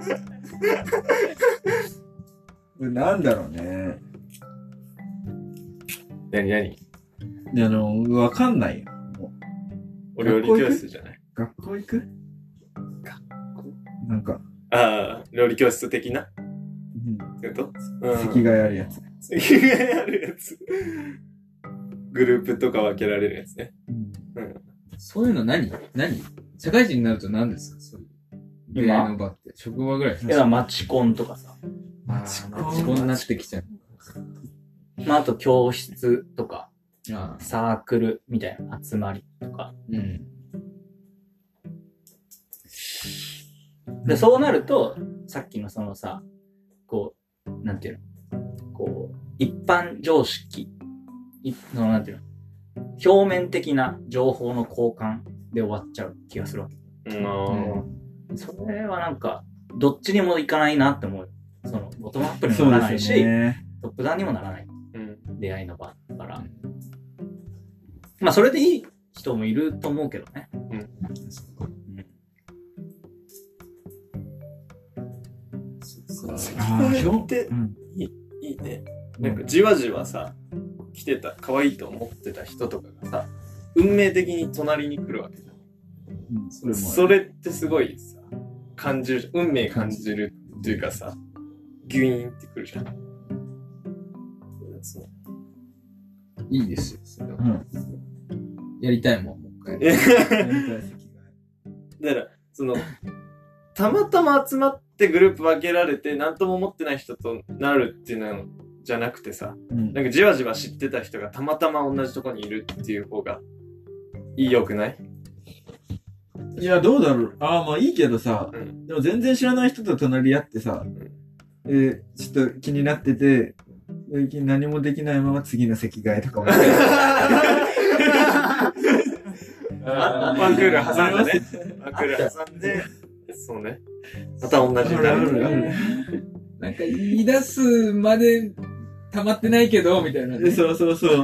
なんだろうね。
何
わかんないよ。
お料理教室じゃない？
学校行く？なんか。
ああ、料理教室的なってこと？
席があるやつ。
席があるやつ。グループとか分けられるやつね。
そういうの何社会人になると何ですか？そういう出会いの場って。職場ぐらい。
いや、マチコンとかさ。
マチコン。
仕事になってきちゃう。
まあ、あと教室とか、
ああ。
サークルみたいな集まりとか。
うん。
で、そうなると、さっきのそのさ、こう、なんていうの？こう、一般常識。そのなんていうの？表面的な情報の交換で終わっちゃう気がするわけ。それはなんか、どっちにもいかないなって思う。その、ボトムアップにもならないし、トップダウンにもならない。出会いの場だから。まあ、それでいい人もいると思うけどね。
表っていいね。なんかじわじわさ、来てた、可愛いと思ってた人とかがさ、 運命的に隣に来るわけじゃん。それってすごいさ、感じる、運命感じるっていうかさ、ギュイーンってくるじゃん。
いいですよ、それは。やりたいもん、もう一回。
だから、たまたま集まってグループ分けられて、なんとも思ってない人となるっていうのじゃなくてさ、なんかじわじわ知ってた人がたまたま同じとこにいるっていう方が、良くない？
いや、どうだろう。まあいいけどさ、でも全然知らない人と隣り合ってさ、ちょっと気になってて、何もできないまま次の席替えとかも。
ワンクール挟んでね。ワンクール挟んで、そうね。また同じになる。
なんか言い出すまで溜まってないけど、みたいな、ね。
そう。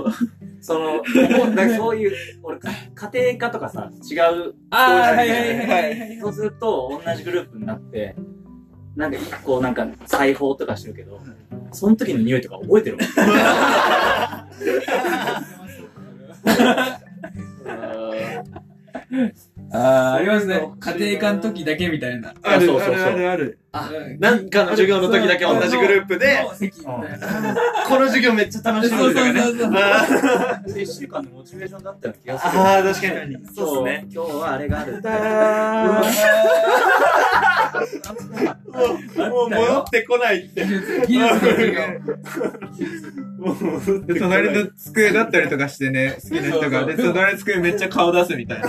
なんかそういう、俺、家庭科とかさ、違う。
はい。
そうすると、同じグループになって、なんか一個なんか裁縫とかしてるけど、その時の匂いとか覚えてるもん。
ありますね。家庭科の時だけみたいな。
ある。
なんかの授業の時だけ同じグループで、この授業めっちゃ楽しみだよね。
1週間のモチベーションだったような気がする。
確かに。そうですね。
今日はあれがある。
もう戻ってこないって。
隣の机だったりとかしてね、好きな人が。で、隣の机めっちゃ顔出すみたいな。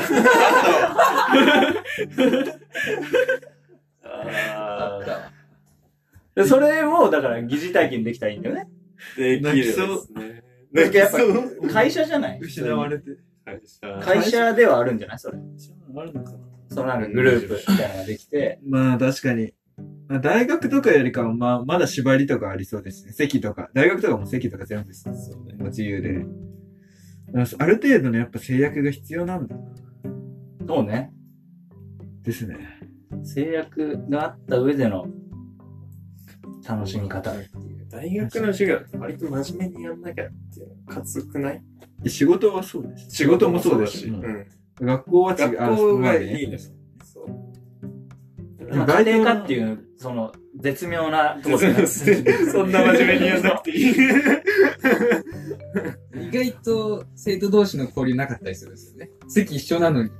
それも、だから疑似体験できたらいいんだよね。
できるですね。
なんかやっぱ、会社じゃない？
失われて。
会社ではあるんじゃないそれ。
あるのかな。
そうなんかグループみたいなのができて。
まあ確かに。大学とかよりかは、まだ縛りとかありそうですね。席とか。大学とかも席とか全部です。そうね。もう自由で。ある程度のやっぱ制約が必要なんだ。
そうね。
ですね。
制約があった上での楽しみ方っていう。
大学の授業って割と真面目にやんなきゃっていうのかつくない？
仕事はそうです。仕事もそうだし。学校は違う。
学校がいいです。そう。
家庭科っていう、その、絶妙なところで。
そんな真面目にやんなくていい。
意外と生徒同士の交流なかったりするんですよね。席一緒なのに。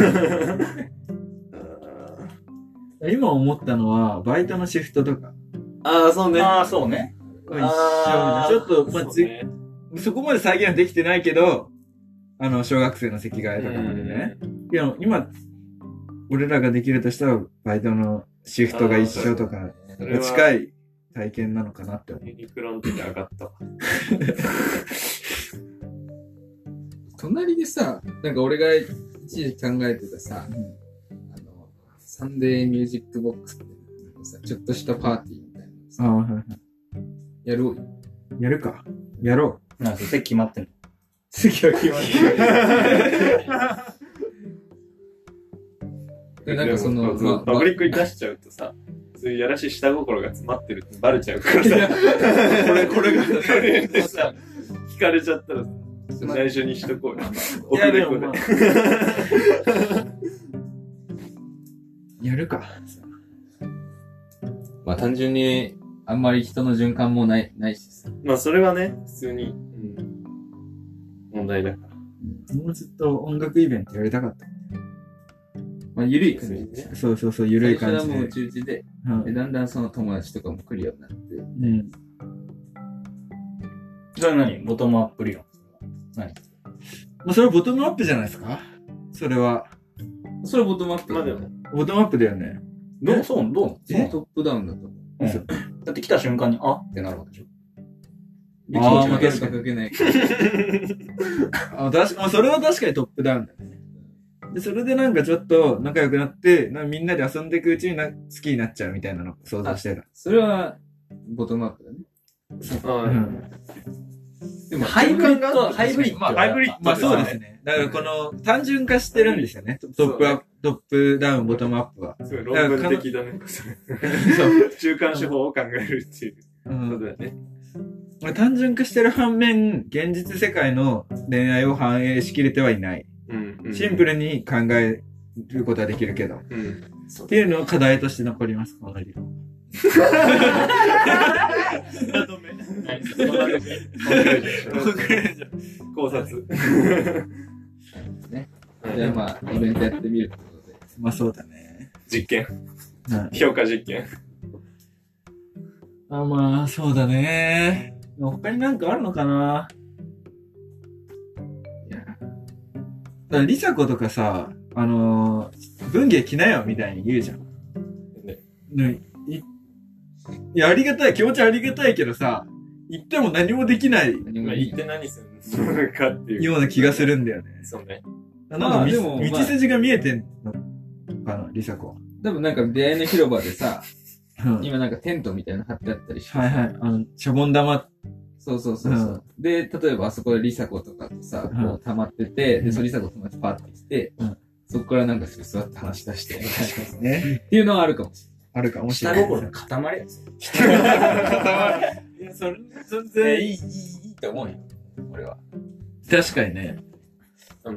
今思ったのは、バイトのシフトとか。
そうね。
そうね。
一緒。ちょっと、そこまで再現はできてないけど、小学生の席替えとかまでね。いや、今、俺らができるとしたら、バイトのシフトが一緒とか、近い体験なのかなって思う。
ユニクロの時上がったわ。
隣でさ、なんか俺が一時考えてたさ、サンデーミュージックボックスってさ、ちょっとしたパーティーみたいなさ、やろうよ。
やるか。やろ
う。なんか席決まってんの？
席は決まって
る。なんかその、
パブリックに出しちゃうとさ、そういうやらしい下心が詰まってるってバレちゃうからさ、これがさ、聞かれちゃったらさ、最初にしとこうよ。
いや、でもやるか。
まあ単純に、あんまり人の循環もないしさ。
まあそれはね、普通に、問題だから。
もうずっと音楽イベントやりたかった。
まあ緩い感じで。
そう、緩い感じで。
最初はもう中々で、だんだんその友達とかも来るようになって。
それは何？ボトムアップ理論。何？
それはボトムアップじゃないですか？それは。
それはボトムアップ。
まあでも。
ボトムアップだよね。
どう
トップダウンだと思う。
だって来た瞬間に、あってなるわけでしょ。
気持ち分けるかかけないか。
それは確かにトップダウンだね。で、それでなんかちょっと仲良くなって、みんなで遊んでいくうちに好きになっちゃうみたいなのを想像してた。
それは、ボトムアップだね。
でも、ハイブリッド。
まあそうですね。だからこの、単純化してるんですよね。トップダウン、ボトムアップは。
すごい論文的だね。中間手法を考えるっていうことだね。
単純化してる反面、現実世界の恋愛を反映しきれてはいない。 シンプルに考えることはできるけど。
うん。
っていうのは課題として残ります、この理論。
考察。
ね。じゃあまあ、イベントやってみるってことで。
まあそうだね。
実験。
うん。
評価実験。
まあ、そうだね。他になんかあるのかないや。だからリサ子とかさ、文芸着なよみたいに言うじゃん。ね、いや、ありがたい、気持ちありがたいけどさ、言っても何もできない
まあ、言って何するのかっていう。
ような気がするんだよね。
そうね。
なんか
まあでも
道筋が見えてんのかな、リサ子は。
多分なんか出会いの広場でさ、
うん。
今なんかテントみたいなの貼ってあったりして。
はいはい。シャボン玉。
そうそうそうそう、で、例えばあそこでリサ子とかとさ、こう溜まってて、で、そのリサ子友達パーって来て、そこからなんか座って話し出して、みたいな。
ね。
っていうのはあるかもし
あるかもしれ
下
ない。
心の塊やつ。
いや、それ、全
れない。
然
いいって思うよ。俺は。
確かにね。
そう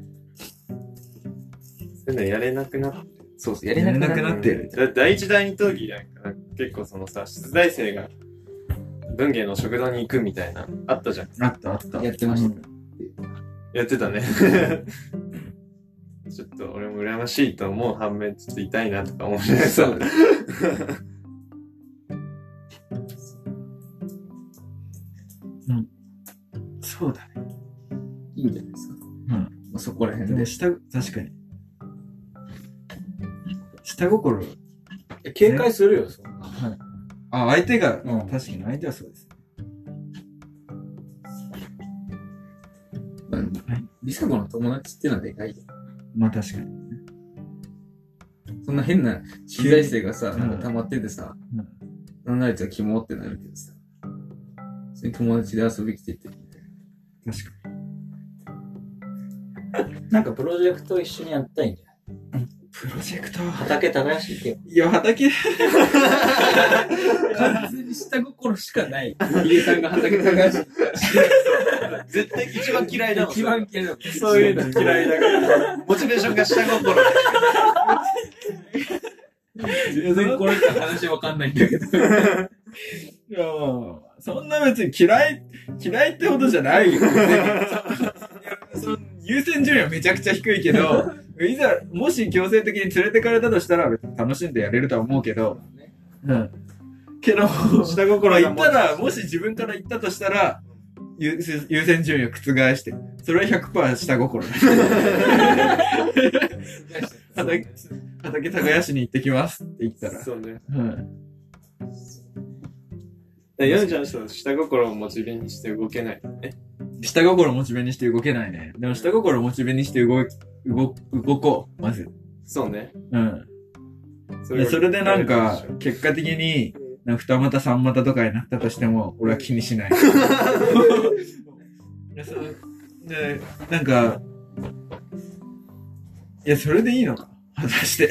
いうのやれなくなって。
そうそう、
やれなくなってる。
だ第一第二討議なんか結構そのさ、出題生が文芸の食堂に行くみたいな、あったじゃん。
あったあった。
やってました。
やってたね。ちょっと俺も羨ましいと思う反面、ちょっと痛いなとか思うしね。
そう。
そうだね。
いいんじゃないですか。
うん。
まあ、そこら辺で
でも。確かに。下心。
警戒するよ、そんな。
あ、相手が、
うん
確かに相手はそうです。
まあリサ子の友達っていうのはでかいよ。
まあ確かに。
そんな変な取材生がさ、
うん
なんか溜まっててさ、
うん
なんなやつはキモってなるけどさ、普通に友達で遊び来てて、
確か
なんかプロジェクト一緒にやったらいいんじゃない
に。プロジェクト。
畑耕し行けよ。
いや、畑、
完全に下心しかない。ヒゲさんが畑耕し
絶対一番嫌いだもん。
一番嫌いだもん。
そういうの嫌いだから。モチベーションが下心。
全然これって話わかんないんだけど。
いや、そんな別に嫌いってほどじゃないよ。その優先順位はめちゃくちゃ低いけど、いざ、もし強制的に連れてかれたとしたら別に楽しんでやれるとは思うけど、うん。けど、
下心が
言ったら、もし自分から言ったとしたら、優先順位を覆して、それは 100% 下心だ。畑耕しに行ってきますって言ったら。
そうね。
うん。
ヨネちゃんの人は下心をモチベにして動けないね。
下心モチベにして動けないね。でも下心モチベにして動こう。まず。
そうね。
うん。それでなんか、結果的に、なんか二股三股とかになったとしても、俺は気にしない。で、なんか、いや、それでいいのか果たして。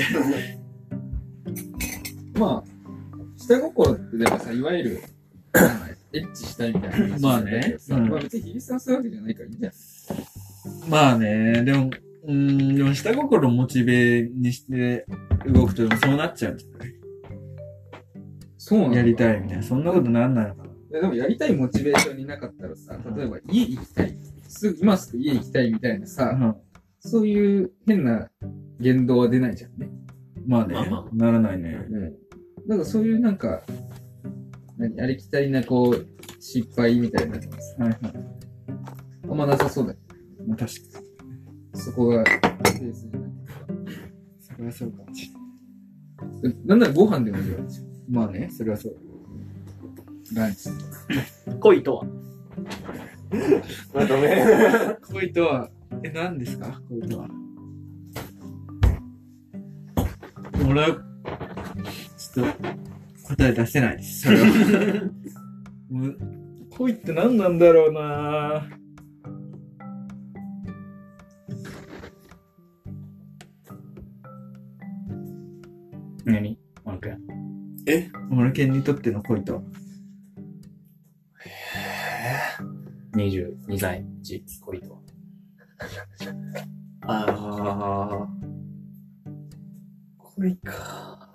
まあ、下心ってでもさ、いわゆる、エッチしたいみたいな話
まあね
だけどさ
うん
まあ別にヒゲさんするわけじゃないからいいんじゃない
まあね、でも、でも下心モチベにして動くとそうなっちゃうんじゃない
そうなの
やりたいみたいな。そんなことなんないのかな。
でもやりたいモチベーションになかったらさ、例えば家行きたい、今すぐ家行きたいみたいなさ、そういう変な言動は出ないじゃんね。
まあね、ならないね。
なんかそういうなんか、ありきたりなこう、失敗みたいなのがさ、
はいはい。
あんまなさそうだよ。
まあ確かに。
そこが、ベースじゃない。
それはそうかもしれない。
なんならご飯でもいいわけじゃん。
まあね、それはそう。
ランチ。
恋とは
まとめ。
恋とは、何ですか恋とは。俺は、ちょっと、答え出せないです。それは。もう恋って何なんだろうな
何マル君。
俺ケンにとっての恋とは。
22歳児恋とは。
ああ。恋か。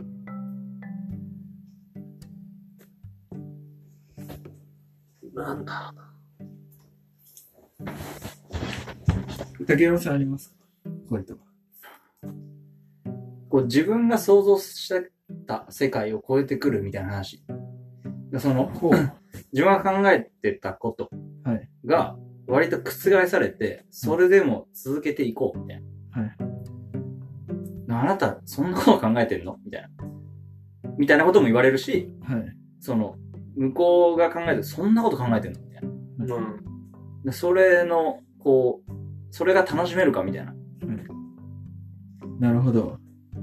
なんだろうな。
竹山さんありますか？恋とか。
こう自分が想像してた世界を超えてくるみたいな話。その、自分が考えてたことが割と覆されて、それでも続けていこうみたいな。はい。あなた、そんなこと考えてんのみたいな。みたいなことも言われるし、はい。その、向こうが考えてそんなこと考えてんのみたいな。うん。でそれの、こう、それが楽しめるかみたいな。うん。
なるほど。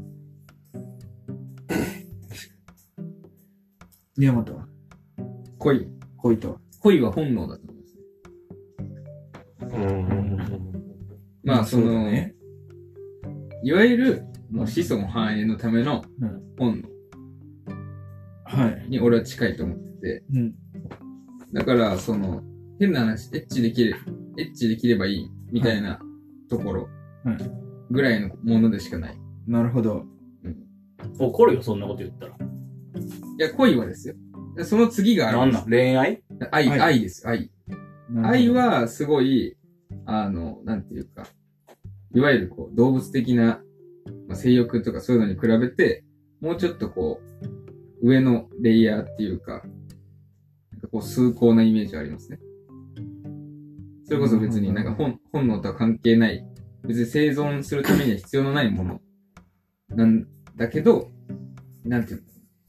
宮本は恋とは
恋は本能だと思いますね。まあ、その、ね、いわゆる、もう子孫繁栄のための本能。はい。に俺は近いと思ってて。うん。だから、その、変な話、エッチできればいい、みたいなところ、ぐらいのものでしかない。
なるほど。
うん。怒るよ、そんなこと言ったら。い
や、恋はですよ。その次がある。
なんだ恋愛？
愛です、愛。愛は、すごい、なんていうか、いわゆるこう、動物的な、まあ、性欲とかそういうのに比べて、もうちょっとこう、上のレイヤーっていうか、なんかこう、崇高なイメージありますね。それこそ別になんか本能とは関係ない、別に生存するためには必要のないものなんだけど、なんていう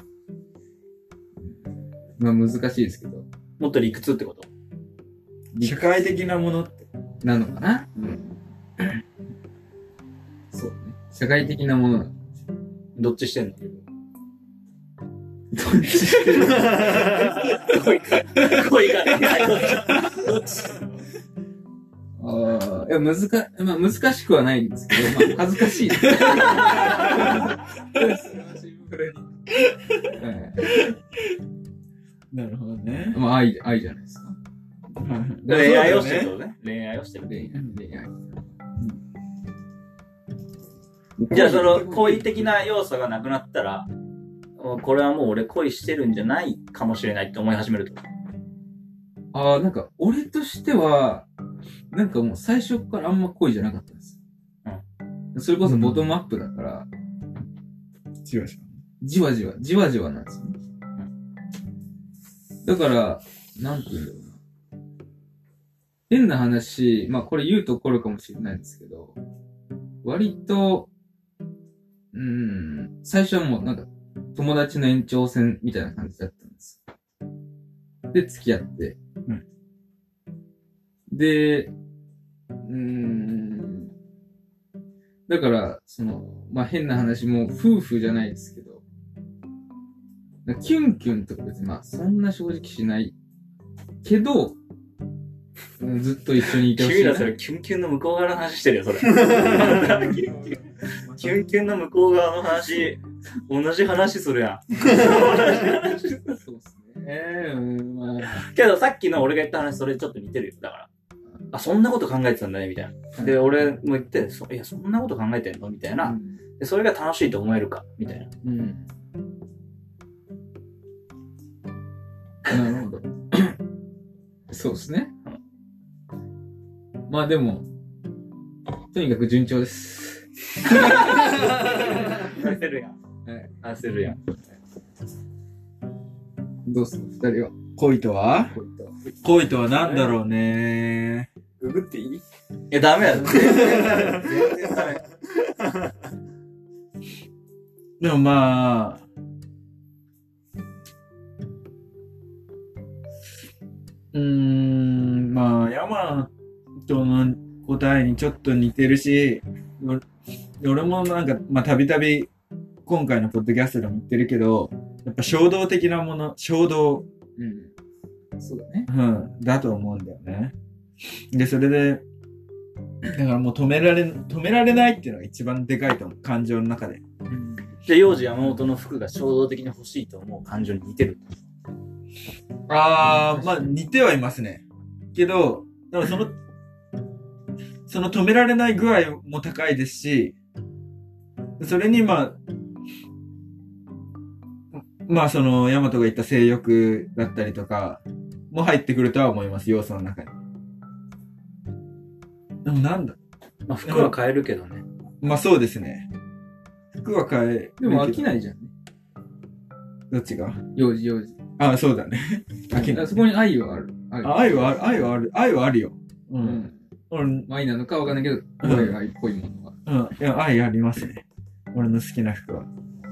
の、まあ難しいですけど。
もっと理屈ってこと？
社会的なものって
なのかな？うん。そうね。社会的なものなの。
どっちしてんの？
どっちしてんの？
恋か恋か。どっち？
いや、まあ、難しくはないんですけど、まあ、恥ずかしい。シンプルに。
なるほどね。
まあ、愛じゃないですか。
恋愛をしてるね。恋愛をしてる。恋愛。じゃあ、その、恋的な要素がなくなったら、これはもう俺恋してるんじゃないかもしれないって思い始めると。
なんか、俺としては、なんかもう最初からあんま恋じゃなかったんです。うん。それこそボトムアップだから、じわじわなんですよね。だから、なんて言うんだろうな。変な話、まあこれ言うと怒るかもしれないんですけど、割と、最初はもうなんか、友達の延長線みたいな感じだったんです。で、付き合って、で、だから、その、まあ、変な話も夫婦じゃないですけど、キュンキュンとか別にまあ、そんな正直しないけど、ずっと一緒にいてほしい。
君らそれキュンキュンの向こう側の話してるよ、それ。キュンキュンの向こう側の話、同じ話するやん。そうっすね。まあ。けどさっきの俺が言った話、それちょっと似てるよ。だから。あ、そんなこと考えてたんだね、みたいな。で、俺も言って、いや、そんなこと考えてんのみたいな、で。それが楽しいと思えるか、みたいな。
なるほど。そうですね。まあでも、とにかく順調です。
焦るやん。焦るやん。
どうする二人は。
恋とは何だろうね。
ググっていい？いや、ダメだよ。全然ダメ。
でもまあ、まあ、ヤマトの答えにちょっと似てるし、俺もなんか、まあ、たびたび今回のポッドキャストでも言ってるけど、やっぱ衝動的なもの、衝動。
そうだね。
だと思うんだよね。で、それで、だからもう止められないっていうのが一番でかいと思う。感情の中で。
じゃあ、幼児山本の服が衝動的に欲しいと思う感情に似てる。
まあ似てはいますね。けど、だからその止められない具合も高いですし、それにまあその、ヤマトが言った性欲だったりとか、も入ってくるとは思います、要素の中に。でもなんだ
まあ服は変えるけどね。
まあそうですね。服は変えるけど。
でも飽きないじゃんね。
どっちが
幼児。
あ、そうだね。飽きない。
そこに愛はある。
愛はあるよ。う。
うんん。
俺、
愛なのかわかんないけど、
うん
愛っぽいものは。
いや、愛ありますね。俺の好きな服は。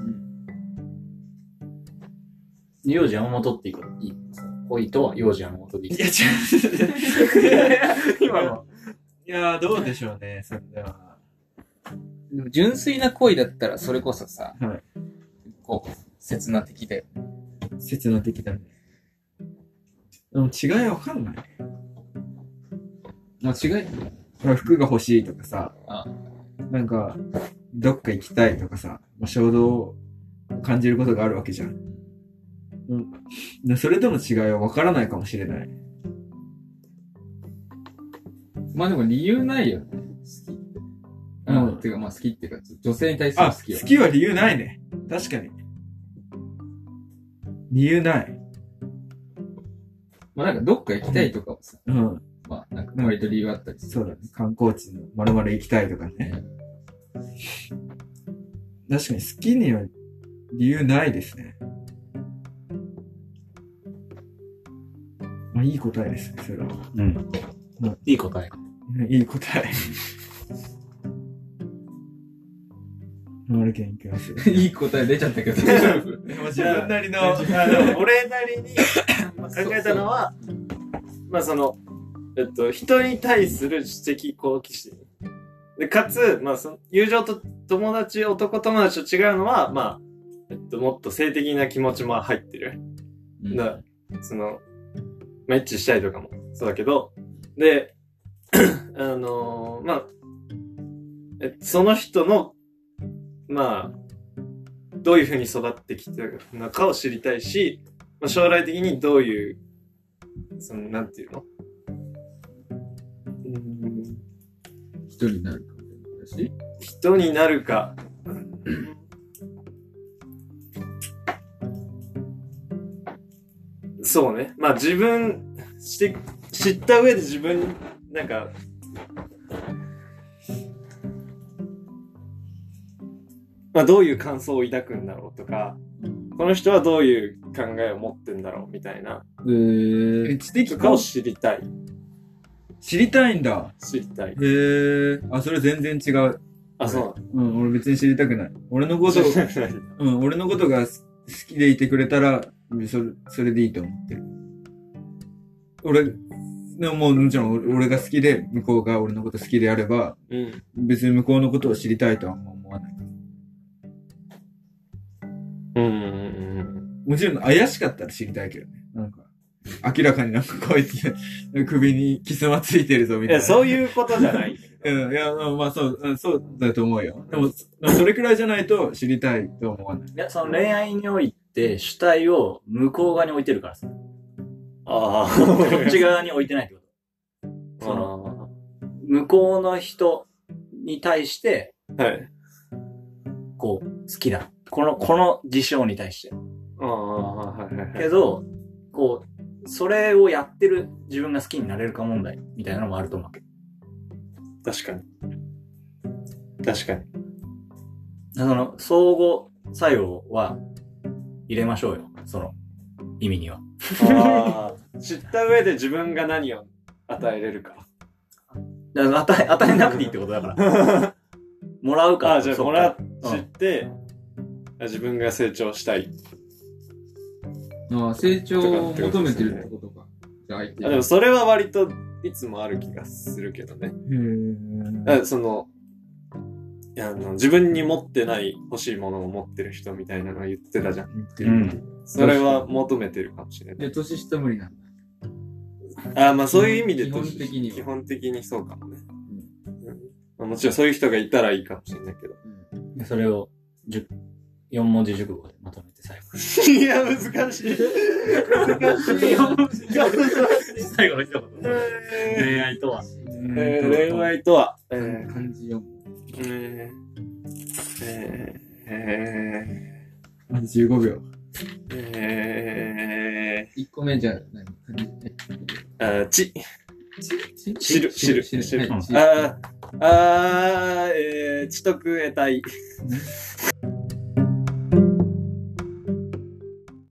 幼児山本っていいい。恋とは幼児山本でいい。
いや、違う。
今の。
いや、どうでしょうね、それは。
でも純粋な恋だったら、それこそさ、
はい。
こう、刹那的だよ。
刹那的だね。でも違いわかんない。
間違い
ほら服が欲しいとかさ、
あ
なんか、どっか行きたいとかさ、衝動を感じることがあるわけじゃん。うん。でそれとの違いはわからないかもしれない。
まあでも理由ないよね。好きって。てかまあ好きっていうか、女性に対する
あ、
好きは。
好きは理由ないね。確かに。理由ない。
まあなんかどっか行きたいとかはさ、
うん。
まあなんか割と理由あったりする。
そうだね。観光地の〇〇行きたいとかね。確かに好きには理由ないですね。まあ、いい答えですね、それは。
うん。いい答え。
いい答え。丸健いきますよ。
いい答え出ちゃったけど、大丈夫。
でも自分なりの、
でも俺なりに考えたのは、まあその、人に対する知的好奇心。で、かつ、まあその、友情と男友達と違うのは、まあ、もっと性的な気持ちも入ってる。だからその、まあ、エッチしたいとかもそうだけど、で、まあ、その人の、まあ、どういう風に育ってきたのかを知りたいし、まあ、将来的にどういう、その、なんていうの
人になるかもしれないし。
人になるか。そうね。まあ自分知った上で自分、なんか、まあどういう感想を抱くんだろうとか、この人はどういう考えを持ってんだろうみたいな、
知的
とかを知りたい。
知りたいんだ。
知りたい。
へえ。あ、それ全然違う。
あ、そうなの。
うん、俺別に知りたくない。俺のことが好きでいてくれたら、それでいいと思ってる。でももちろん俺が好きで、向こうが俺のこと好きであれば、
うん。
別に向こうのことを知りたいとは思わない。もちろん怪しかったら知りたいけどね。なんか、明らかになんかこいつ、首にキスマついてるぞみたいな。
いや、そういうことじゃない。
うん、いや、まあそうだと思うよ。でも、それくらいじゃないと知りたいと思わない。
いや、その恋愛において主体を向こう側に置いてるからさ。
ああ。
こっち側に置いてないってこと。その、向こうの人に対して、
はい。
こう、好きだ。この事象に対して。
ああ、はいはいはい。
けど、こう、それをやってる自分が好きになれるか問題みたいなのもあると思うけど。
確かに。確かに。
その、相互作用は入れましょうよ。その、意味には。
ああ。知った上で自分が何を与えれるか。
だから与えなくていいってことだから。もらうか。
ああ、じゃあ
そっか
もら知って、自分が成長したい。
ああ、成長を求めてるってことか。じゃあ相手
あでもそれは割といつもある気がするけどね。その、自分に持ってない欲しいものを持ってる人みたいなのは言ってたじゃん。それは求めてるかもしれない。
で、年下無理なんだ。
ああ、まあそういう意味で
基本的には
基本的にそうかもね。まあもちろんそういう人がいたらいいかもしれないけど。
それを 4文字熟語でまとめて最後。
いや、難しい。難しい。
最後の一言。恋愛とは。
恋愛とは、
漢字4
まず15秒。
1個目じゃあ何
知る。
はい
知得得体。